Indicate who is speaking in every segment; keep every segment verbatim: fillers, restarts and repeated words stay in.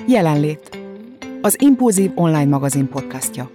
Speaker 1: Jelenlét. Az Impulzív online magazin podcastja.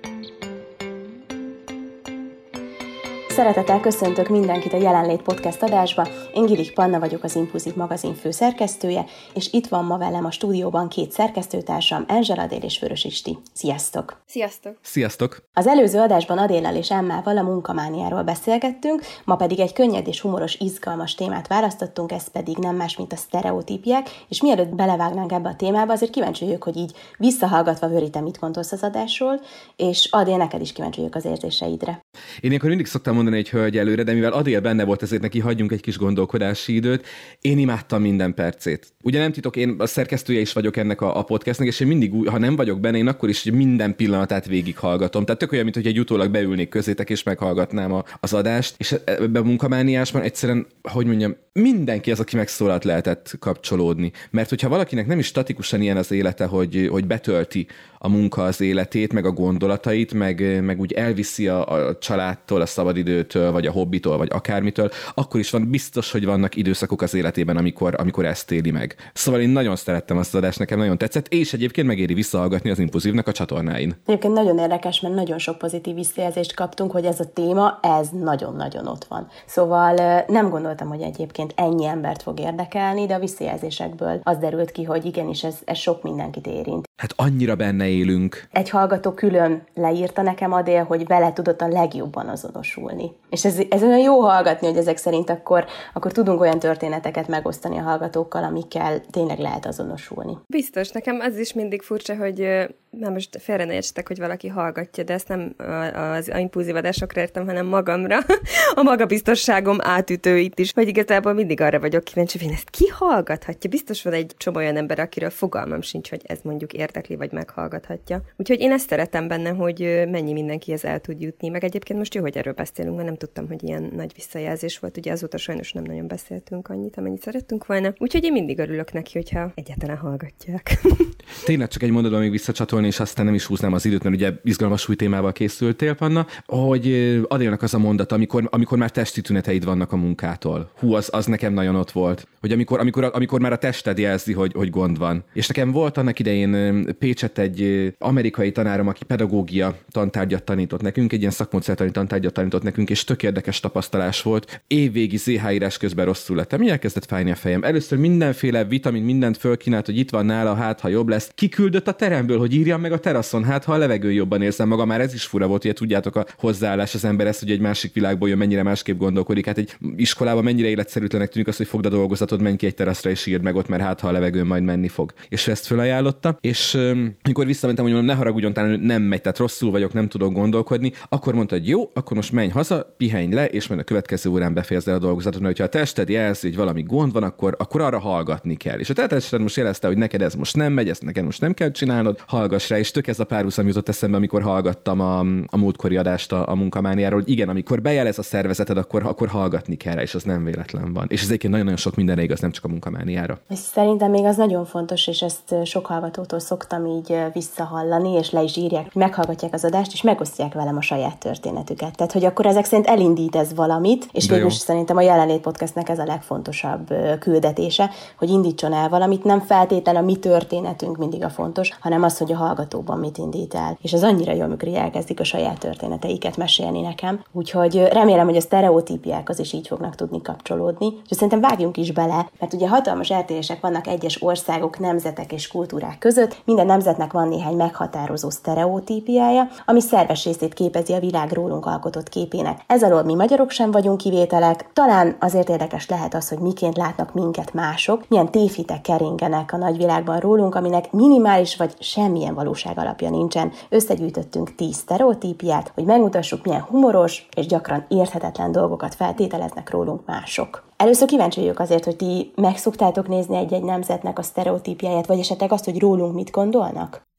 Speaker 2: Szeretettel köszöntök mindenkit a Jelenlét podcast adásba. Én Gilik Panna vagyok, az Impulzív magazin főszerkesztője, és itt van ma velem a stúdióban két szerkesztőtársam, Enzsel Adél és Vörös Isti. Sziasztok!
Speaker 3: Sziasztok!
Speaker 4: Sziasztok!
Speaker 2: Az előző adásban Adéllal és Emmával a munkamániáról beszélgettünk, ma pedig egy könnyed és humoros, izgalmas témát választottunk, ez pedig nem más, mint a sztereotípiák, és mielőtt belevágnánk ebbe a témába, azért kíváncsi vagyok, hogy így visszahallgatva, Vöri, te mit gondolsz az adásról, és Adél, neked is kíváncsi vagyok az érzéseidre.
Speaker 4: Én ilyenkor mindig szoktam mondani egy hölgy előre, de mivel Adél benne volt, ezért neki hagyjunk egy kis gondolkodási időt. Én imádtam minden percét. Ugye nem titok, én a szerkesztője is vagyok ennek a, a podcastnek, és én mindig, úgy, ha nem vagyok benne, én akkor is minden pillanatát végighallgatom. Tehát tök olyan, mint hogy egy utólag beülnék közétek, és meghallgatnám a, az adást. És ebben a munkamániásban egyszerűen, hogy mondjam, mindenki az, aki megszólalt, lehetett kapcsolódni. Mert hogyha valakinek nem is statikusan ilyen az élete, hogy, hogy betölti a munka az életét, meg a gondolatait, meg, meg úgy elviszi a, a családtól, a szabadidőtől, vagy a hobbitól, vagy akármitől, akkor is van biztos, hogy vannak időszakok az életében, amikor, amikor ezt éli meg. Szóval én nagyon szerettem azt az adást, nekem nagyon tetszett, és egyébként megéri visszahallgatni az Impulzívnak a csatornáin.
Speaker 2: Egyébként nagyon érdekes, mert nagyon sok pozitív visszajelzést kaptunk, hogy ez a téma, ez nagyon-nagyon ott van. Szóval nem gondoltam, hogy egyébként ennyi embert fog érdekelni, de a visszajelzésekből az derült ki, hogy igenis ez, ez sok mindenkit érint.
Speaker 4: Hát annyira benne élünk.
Speaker 2: Egy hallgató külön leírta nekem, Adél, hogy vele tudott a legjobban azonosulni. És ez, ez olyan jó hallgatni, hogy ezek szerint akkor, akkor tudunk olyan történeteket megosztani a hallgatókkal, amikkel tényleg lehet azonosulni.
Speaker 3: Biztos, nekem az is mindig furcsa, hogy nem most félre ne értsetek, hogy valaki hallgatja, de ezt nem az impulzív adásokra értem, hanem magamra. A magabiztosságom átütőit is, vagy igazából mindig arra vagyok kíváncsi, hogy ezt ki hallgathatja? Biztos van egy csomó olyan ember, akiről fogalmam sincs, hogy ez mondjuk érdekli, vagy meghallgathatja. Úgyhogy én ezt szeretem benne, hogy mennyi mindenkihez el tud jutni, meg egyébként most jó, hogy erről beszélünk, mert nem tudtam, hogy ilyen nagy visszajelzés volt, ugye azóta sajnos nem nagyon beszéltünk annyit, amennyit szerettünk volna. Úgyhogy én mindig örülök neki, hogyha egyáltalán hallgatják.
Speaker 4: Tényleg csak egy mondatban még visszacsatolni, és aztán nem is húznám az időt, mert ugye izgalmas új témával készültél, Panna, hogy Adélnak az a mondat, amikor, amikor már testi tüneteid vannak a munkától. Hú, az, az nekem nagyon ott volt. Hogy amikor, amikor, amikor már a tested jelzi, hogy, hogy gond van. És nekem volt annak idején Pécsett egy amerikai tanárom, aki pedagógia tantárgyat tanított nekünk, egy ilyen szakmódszertani tantárgyat tanított nekünk, és tök érdekes tapasztalás volt. Évvégi zé há írás közben rosszul lettem. Mi elkezdett fájni a fejem. Először mindenféle vitamin, mindent fölkínált, hogy itt van nála, hát ha jobb lesz. Kiküldött a teremből, hogy írjam meg a teraszon, hát ha a levegőn jobban érzem magam. Már ez is fura volt, ugye tudjátok, a hozzáállás az ember, ez, hogy egy másik világból jön, mennyire másképp gondolkodik. Hát egy iskolában mennyire életszerűtlenek tűnik az, hogy fogd a dolgozatod, menj ki egy teraszra és írd meg ott, mert hát ha a levegőn majd menni fog. És ezt felajánlotta, és um, amikor visszamentem, hogy mondom, ne haragudjon, talán nem megy, tehát rosszul vagyok, nem tudok gondolkodni, akkor mondta, hogy jó, akkor most menj haza, pihenj le, és majd a következő órán befejezd el a dolgozatot, mert ha a tested jelzi, hogy valami gond van, akkor, akkor arra hallgatni kell. És a te tested most jelezte, hogy neked ez most nem megy, ezt neked most nem kell csinálnod, hallgass rá, és tök ez a párhuzam jutott eszembe, amikor hallgattam a, a múltkori adást a, a munkamániáról, hogy igen, amikor bejelez a szervezeted, akkor, akkor hallgatni kell rá, és az nem véletlen van. És ez egyébként nagyon-nagyon sok mindenre igaz, nem csak a munkamániára.
Speaker 2: És szerintem még az nagyon fontos, és ezt sok hallgatótól szoktam így visszahallani, és le is írják, meghallgatják az adást, és megosztják velem a saját történetüket. Tehát, hogy akkor ezek szerint elindít ez valamit, és végülis szerintem a Jelenlét podcastnek ez a legfontosabb küldetése, hogy indítson el valamit, nem feltétlen a mi történetünk mindig a fontos, hanem az, hogy a hallgatóban mit indít el. És ez annyira jó, amikor elkezdik a saját történeteiket mesélni nekem. Úgyhogy remélem, hogy a sztereotípiákhoz is így fognak tudni kapcsolódni. És szerintem vágjunk is bele, mert ugye hatalmas eltérések vannak egyes országok, nemzetek és kultúrák között. Minden nemzetnek van néhány meghatározó sztereotípiája, ami szerves részét képezi a világ rólunk alkotott képének. Ez alól mi magyarok sem vagyunk kivételek. Talán azért érdekes lehet az, hogy miként látnak minket mások, milyen tévhitek keringenek a nagyvilágban rólunk, aminek minimális vagy semmilyen valóság alapja nincsen. Összegyűjtöttünk tíz sztereotípiát, hogy megmutassuk, milyen humoros és gyakran érthetetlen dolgokat feltételeznek rólunk mások. Először kíváncsi vagyok azért, hogy ti meg szoktátok nézni egy-egy nemzetnek a sztereotípiáját, vagy esetleg azt, hogy rólunk mit gondolnak?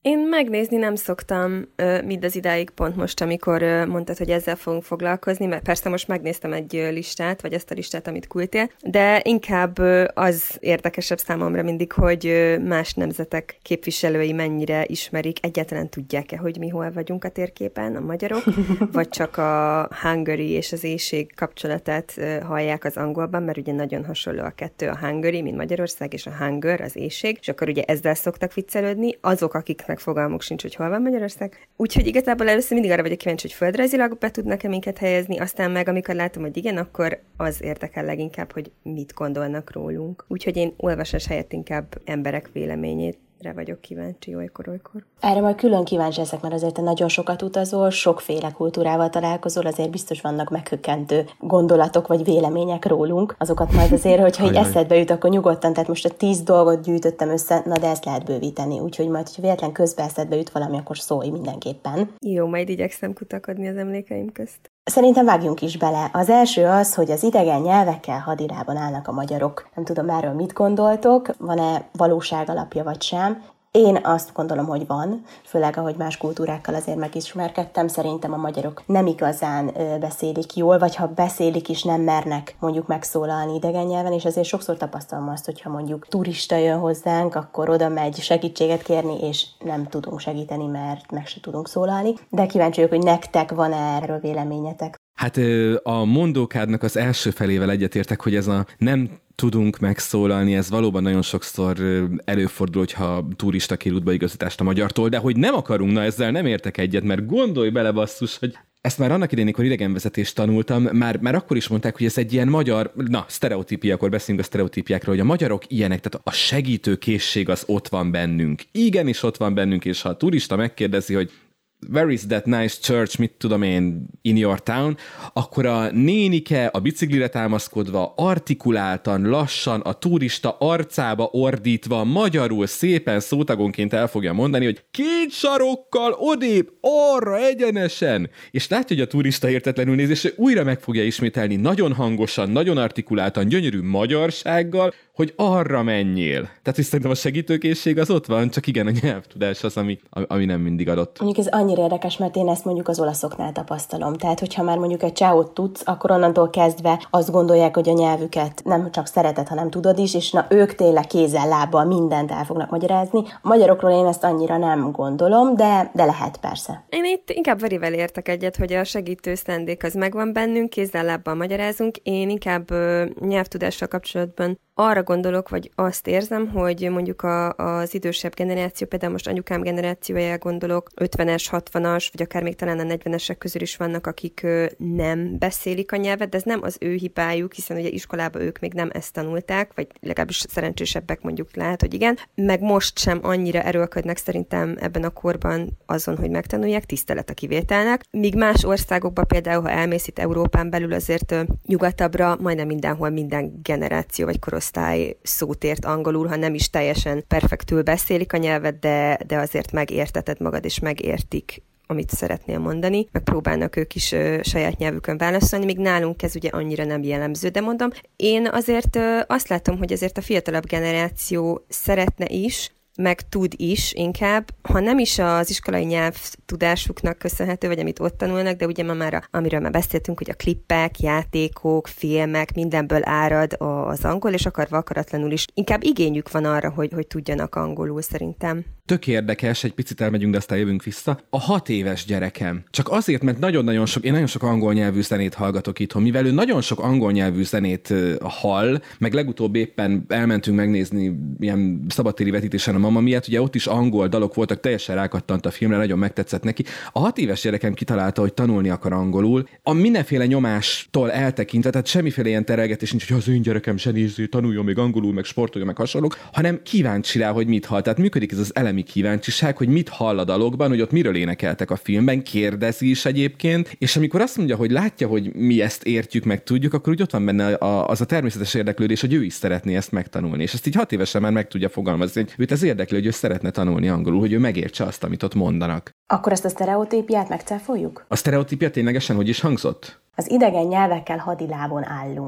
Speaker 3: Én megnézni nem szoktam mindez idáig, pont most, amikor mondtad, hogy ezzel fogunk foglalkozni, mert persze most megnéztem egy listát, vagy ezt a listát, amit küldtél, de inkább az érdekesebb számomra mindig, hogy más nemzetek képviselői mennyire ismerik, egyáltalán tudják-e, hogy mi hol vagyunk a térképen, a magyarok, vagy csak a hungary és az éhség kapcsolatát hallják az angolban, mert ugye nagyon hasonló a kettő, a hungary, mint Magyarország, és a hunger, az éhség, és akkor ugye ezzel szoktak viccelődni, azok, akiknek fogalmuk sincs, hogy hol van Magyarország. Úgyhogy igazából először mindig arra vagyok kíváncsi, hogy földrajzilag be tudnak-e minket helyezni, aztán meg, amikor látom, hogy igen, akkor az érdekel leginkább, hogy mit gondolnak rólunk. Úgyhogy én olvasás helyett inkább emberek véleményét vagyok kíváncsi olykor-olykor.
Speaker 2: Erre majd külön kíváncsi leszek, mert azért te nagyon sokat utazol, sokféle kultúrával találkozol, azért biztos vannak meghökkentő gondolatok vagy vélemények rólunk. Azokat majd azért, hogyha így eszedbe jut, akkor nyugodtan, tehát most a tíz dolgot gyűjtöttem össze, na de ezt lehet bővíteni. Úgyhogy majd, hogyha véletlen közben eszedbe jut valami, akkor szólj mindenképpen.
Speaker 3: Jó, majd igyekszem kutakodni az emlékeim közt.
Speaker 2: Szerintem vágjunk is bele. Az első az, hogy az idegen nyelvekkel hadirában állnak a magyarok. Nem tudom, erről mit gondoltok, van-e valóság alapja vagy sem. Én azt gondolom, hogy van, főleg ahogy más kultúrákkal azért megismerkedtem, szerintem a magyarok nem igazán ö, beszélik jól, vagy ha beszélik is, nem mernek mondjuk megszólalni idegen nyelven, és azért sokszor tapasztalom azt, hogyha mondjuk turista jön hozzánk, akkor oda megy segítséget kérni, és nem tudunk segíteni, mert meg se tudunk szólalni. De kíváncsi vagyok, hogy nektek van-e erről véleményetek?
Speaker 4: Hát a mondókádnak az első felével egyetértek, hogy ez a nem tudunk megszólalni, ez valóban nagyon sokszor előfordul, hogyha turista kér útbaigazítást a magyartól, de hogy nem akarunk, na ezzel nem értek egyet, mert gondolj bele basszus, hogy ezt már annak idején, amikor idegenvezetést tanultam, már, már akkor is mondták, hogy ez egy ilyen magyar, na, sztereotípia, akkor beszélünk a sztereotípiákról, hogy a magyarok ilyenek, tehát a segítőkészség az ott van bennünk. Igenis ott van bennünk, és ha a turista megkérdezi, hogy where is that nice church, mit tudom én, in your town, akkor a nénike a biciklire támaszkodva, artikuláltan, lassan, a turista arcába ordítva, magyarul szépen szótagonként el fogja mondani, hogy két sarokkal odébb, arra egyenesen. És látja, hogy a turista értetlenül néz, és újra meg fogja ismételni nagyon hangosan, nagyon artikuláltan, gyönyörű magyarsággal, hogy arra menjél. Tehát, hogy szerintem a segítőkészség az ott van, csak igen, a nyelvtudás az, ami, ami nem mindig adott.
Speaker 2: Mondjuk ez annyira érdekes, mert én ezt mondjuk az olaszoknál tapasztalom. Tehát, hogyha már mondjuk egy csáót tudsz, akkor onnantól kezdve azt gondolják, hogy a nyelvüket nem csak szereted, hanem tudod is, és na ők tényleg kézzel, lábbal mindent el fognak magyarázni. A magyarokról én ezt annyira nem gondolom, de, de lehet persze.
Speaker 3: Én itt inkább Verivel értek egyet, hogy a segítő szándék az megvan bennünk, kézzel, lábbal magyarázunk. Én inkább ö, nyelvtudással kapcsolatban arra gondolok, vagy azt érzem, hogy mondjuk a, az idősebb generáció, például most anyukám generációjára gondolok, ötvenes, hatvanas, vagy akár még talán a negyvenesek közül is vannak, akik nem beszélik a nyelvet, de ez nem az ő hibájuk, hiszen ugye iskolában ők még nem ezt tanulták, vagy legalábbis szerencsésebbek mondjuk lehet, hogy igen, meg most sem annyira erőlködnek szerintem ebben a korban azon, hogy megtanulják, tisztelet a kivételnek. Míg más országokban például, ha elmész itt Európán belül, azért nyugatabbra majdnem mindenhol minden generáció vagy korosztály szót ért angolul, ha nem is teljesen perfektül beszélik a nyelvet, de, de azért megérteted magad, és megértik, amit szeretnél mondani, meg próbálnak ők is ö, saját nyelvükön válaszolni, míg nálunk ez ugye annyira nem jellemző, de mondom, én azért ö, azt látom, hogy azért a fiatalabb generáció szeretne is, meg tud is inkább, ha nem is az iskolai nyelvtudásuknak köszönhető, vagy amit ott tanulnak, de ugye ma már, a, amiről már beszéltünk, hogy a klippek, játékok, filmek, mindenből árad az angol, és akarva akaratlanul is inkább igényük van arra, hogy, hogy tudjanak angolul szerintem.
Speaker 4: Tök érdekes, egy picit elmegyünk, de aztán jövünk vissza. A hat éves gyerekem. Csak azért, mert nagyon-nagyon sok, én nagyon sok angol nyelvű zenét hallgatok itthon, mivel ő nagyon sok angol nyelvű zenét hall, meg legutóbb éppen elmentünk megnézni ilyen szabadtéri vetítésen a Mama miatt, ugye ott is angol dalok voltak, teljesen rákattant a filmre, nagyon megtetszett neki. A hat éves gyerekem kitalálta, hogy tanulni akar angolul. A mindenféle nyomástól eltekintve, tehát semmiféle ilyen terelgetés nincs, hogy az én gyerekem se nézző, tanuljon még angolul, meg sportoljon, meg hasonlók, hanem kíváncsi rá, hogy mit hall. Tehát működik ez az elemi kíváncsiság, hogy mit hall a dalokban, hogy ott miről énekeltek a filmben, kérdezi is egyébként, és amikor azt mondja, hogy látja, hogy mi ezt értjük, meg tudjuk, akkor úgy ott van benne az a természetes érdeklődés, hogy ő is szeretné ezt megtanulni. És ezt így hat évesen már meg tudja fogalmazni, hogy őt ez érdekli, hogy ő szeretne tanulni angolul, hogy ő megértse azt, amit ott mondanak.
Speaker 2: Akkor ezt a sztereotípiát megcáfoljuk?
Speaker 4: A sztereotípia ténylegesen hogy is hangzott?
Speaker 2: Az idegen nyelvekkel hadilábon állunk.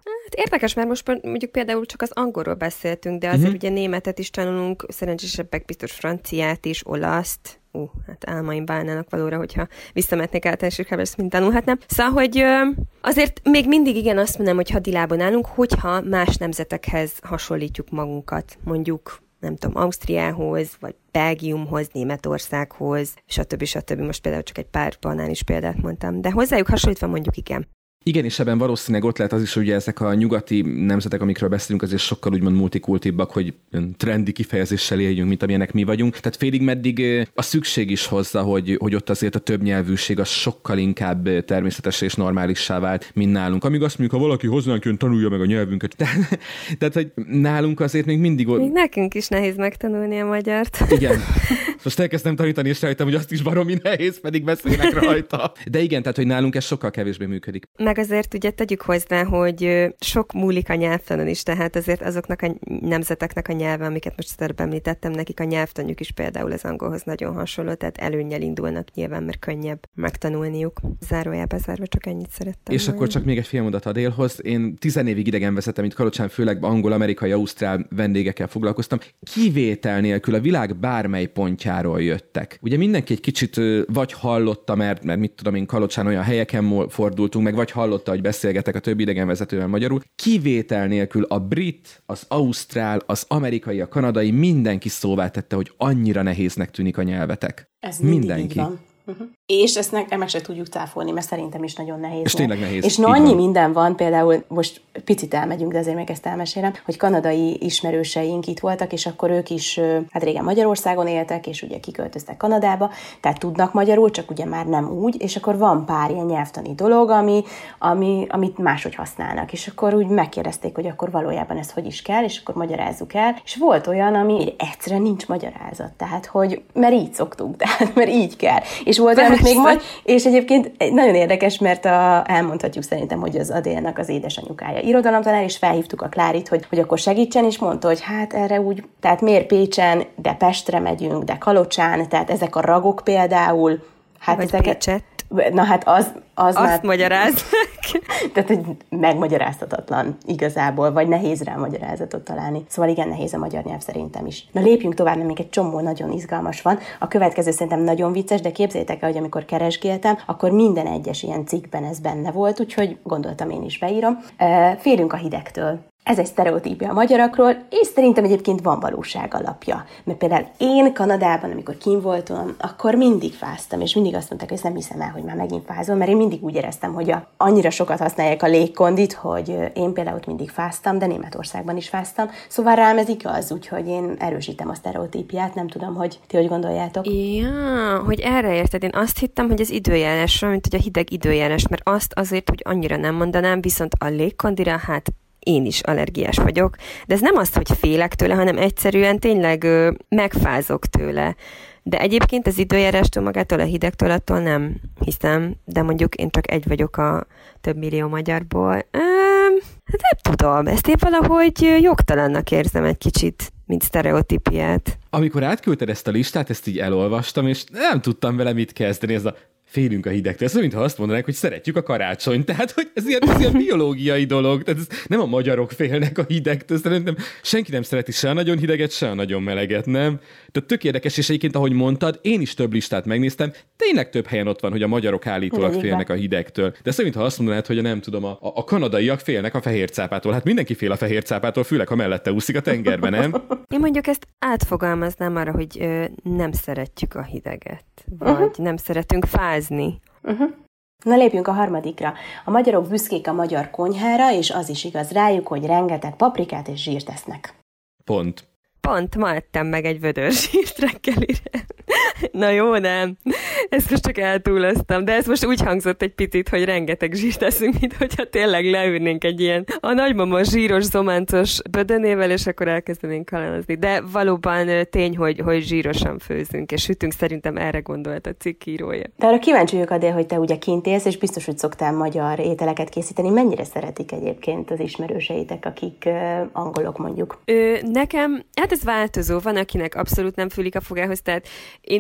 Speaker 3: Hát érdekes, mert most mondjuk például csak az angolról beszéltünk, de azért uh-huh. ugye németet is tanulunk, szerencsésebbek biztos franciát is, olaszt. Ú, uh, hát álmaim válnának valóra, hogyha visszametnék általánosításába, ezt mind tanulhatnám. Szóval, hogy ö, azért még mindig igen azt mondom, hogy hadilában állunk, hogyha más nemzetekhez hasonlítjuk magunkat, mondjuk nem tudom, Ausztriához, vagy Belgiumhoz, Németországhoz, stb. stb. Most például csak egy pár banális példát mondtam, de hozzájuk hasonlítva mondjuk igen.
Speaker 4: Igen, és ebben valószínűleg ott lehet az is, hogy ugye ezek a nyugati nemzetek, amikről beszélünk, azért sokkal úgymond multikultibbak, hogy trendi kifejezéssel éljünk, mint amilyenek mi vagyunk. Tehát félig meddig a szükség is hozza, hogy, hogy ott azért a többnyelvűség az sokkal inkább természetes és normálissá vált, mint nálunk. Amíg azt mondjuk, ha valaki hozzánk jön, tanulja meg a nyelvünket. Tehát, tehát hogy nálunk azért még mindig...
Speaker 3: Még nekünk is nehéz megtanulni a magyart.
Speaker 4: Igen. Most elkezdtem tanítani, és rájöttem, hogy azt is baromi nehéz, pedig beszélek rajta. De igen, tehát hogy nálunk ez sokkal kevésbé működik.
Speaker 3: Meg azért ugye tegyük hozzá, hogy sok múlik a nyelvtanon is, tehát azért azoknak a nemzeteknek a nyelve, amiket most szerb említettem, nekik a nyelvtanjuk is például az angolhoz nagyon hasonló, tehát előnnyel indulnak nyilván, mert könnyebb megtanulniuk. Zárójelbe zárva csak ennyit szerettem.
Speaker 4: És akkor csak még egy fél mondat a délhoz. Én tizenévig idegenvezettem itt Kalocsán, főleg angol, amerikai, ausztrál vendégekkel foglalkoztam. Kivétel nélkül a világ bármely pontjáról jöttek. Ugye mindenki egy kicsit vagy hallotta, mert, mert mit tudom én, Kalocsán olyan helyeken fordultunk, meg vagy hallotta, hogy beszélgetek a többi idegenvezetővel magyarul. Kivétel nélkül a brit, az ausztrál, az amerikai, a kanadai, mindenki szóvá tette, hogy annyira nehéznek tűnik a nyelvetek.
Speaker 2: Ez mindenki. Uh-huh. És ezt ne, meg se tudjuk cáfolni, mert szerintem is nagyon nehéz.
Speaker 4: És tényleg nehéz.
Speaker 2: És na, annyi minden van, például most picit elmegyünk, de azért meg ezt elmesélem, hogy kanadai ismerőseink itt voltak, és akkor ők is, hát régen Magyarországon éltek, és ugye kiköltöztek Kanadába, tehát tudnak magyarul, csak ugye már nem úgy, és akkor van pár ilyen nyelvtani dolog, ami, ami, amit máshogy használnak, és akkor úgy megkérdezték, hogy akkor valójában ez hogy is kell, és akkor magyarázzuk el, és volt olyan, ami egyszerűen nincs magyarázat, tehát hogy, mert így szoktuk, tehát mert így kell. És volt olyan, még majd, és egyébként nagyon érdekes, mert a, elmondhatjuk szerintem, hogy az Adélnak az édesanyukája irodalomtanár, és felhívtuk a Klárit, hogy, hogy akkor segítsen, és mondta, hogy hát erre úgy, tehát miért Pécsen, de Pestre megyünk, de Kalocsán, tehát ezek a ragok például, hát
Speaker 3: vagy
Speaker 2: ezeket...
Speaker 3: Pécset.
Speaker 2: Na hát az, az
Speaker 3: Azt
Speaker 2: már...
Speaker 3: magyaráz.
Speaker 2: Tehát, hogy megmagyarázhatatlan igazából, vagy nehéz rá magyarázatot találni. Szóval igen, nehéz a magyar nyelv szerintem is. Na lépjünk tovább, mert még egy csomó nagyon izgalmas van. A következő szerintem nagyon vicces, de képzeljétek el, hogy amikor keresgéltem, akkor minden egyes ilyen cikkben ez benne volt, úgyhogy gondoltam, én is beírom. Félünk a hidegtől. Ez egy sztereotípia a magyarokról, és szerintem egyébként van valóság alapja. Mert például én Kanadában, amikor kint voltam, akkor mindig fáztam, és mindig azt mondták, hogy ezt nem hiszem el, hogy már megint fázol, mert én mindig úgy éreztem, hogy a, annyira sokat használják a légkondit, hogy én például ott mindig fáztam, de Németországban is fáztam. Szóval rám ez igaz, úgyhogy én erősítem a sztereotípiát, nem tudom, hogy ti hogy gondoljátok.
Speaker 3: Ja, hogy erre érted. Én azt hittem, hogy az időjárásra, mint hogy a hideg időjárás, mert azt azért, hogy annyira nem mondanám, viszont a légkondira, hát én is allergiás vagyok, de ez nem az, hogy félek tőle, hanem egyszerűen tényleg ö, megfázok tőle. De egyébként az időjárástól, magától, a hidegtől, attól nem hiszem, de mondjuk én csak egy vagyok a több millió magyarból. Ehm, hát nem tudom, ezt épp valahogy jogtalannak érzem egy kicsit, mint sztereotípiát.
Speaker 4: Amikor átküldted ezt a listát, ezt így elolvastam, és nem tudtam vele mit kezdeni, ez a félünk a hidegtől. Ez olyan, mintha azt mondanák, hogy szeretjük a karácsonyt. Tehát, hogy ez ilyen, ez ilyen biológiai dolog. Tehát ez nem a magyarok félnek a hidegtől. Szerintem senki nem szereti se a nagyon hideget, se a nagyon meleget, nem? Tehát tök érdekes, és egyébként, ahogy mondtad, én is több listát megnéztem. Tényleg több helyen ott van, hogy a magyarok állítólag félnek a hidegtől. De ez olyan, mintha azt mondanád, hogy nem tudom, a, a kanadaiak félnek a fehér cápától. Hát mindenki fél a fehér cápától, főleg ha mellette úszik a tengerben, nem?
Speaker 3: Én mondjuk ezt átfogalmaznám arra, hogy ö, nem szeretjük a hideget, vagy uh-huh. nem szeretünk fázni.
Speaker 2: Uh-huh. Na lépjünk a harmadikra. A magyarok büszkék a magyar konyhára, és az is igaz rájuk, hogy rengeteg paprikát és zsírt esznek.
Speaker 4: Pont.
Speaker 3: Pont, ma ettem meg egy vödör zsírt reggelire. Na jó, nem. Ezt most csak eltúloztam, de ez most úgy hangzott egy picit, hogy rengeteg zsírt eszünk, mint hogyha tényleg leülnénk egy ilyen a nagymama zsíros, zománcos bödönével, és akkor elkezdenénk kalánozni. De valóban tény, hogy, hogy zsírosan főzünk, és sütünk, szerintem erre gondolt a cikkírója.
Speaker 2: De arra kíváncsi vagyok, Adél, hogy te ugye kint élsz, és biztos, hogy szoktál magyar ételeket készíteni. Mennyire szeretik egyébként az ismerőseitek, akik uh, angolok mondjuk?
Speaker 3: Ö, nekem, hát ez változó. Van, akinek abszolút nem fűlik a fogához, tehát én is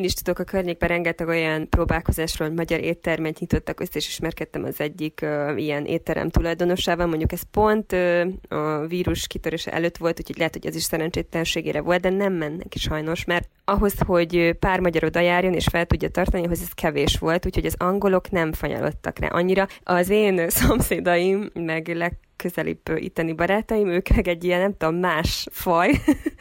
Speaker 3: is tudok a környékben rengeteg olyan próbálkozásról, hogy magyar éttermet nyitottak össze, és ismerkedtem az egyik uh, ilyen étterem tulajdonosával. Mondjuk ez pont uh, a vírus kitörése előtt volt, úgyhogy lehet, hogy ez is szerencsétlenségére volt, de nem ment neki sajnos, mert ahhoz, hogy pár magyar oda járjon és fel tudja tartani, ahhoz ez kevés volt, úgyhogy az angolok nem fanyalodtak rá annyira. Az én szomszédaim, meg leg közelibb itteni barátaim, ők meg egy ilyen, nem tudom, más faj,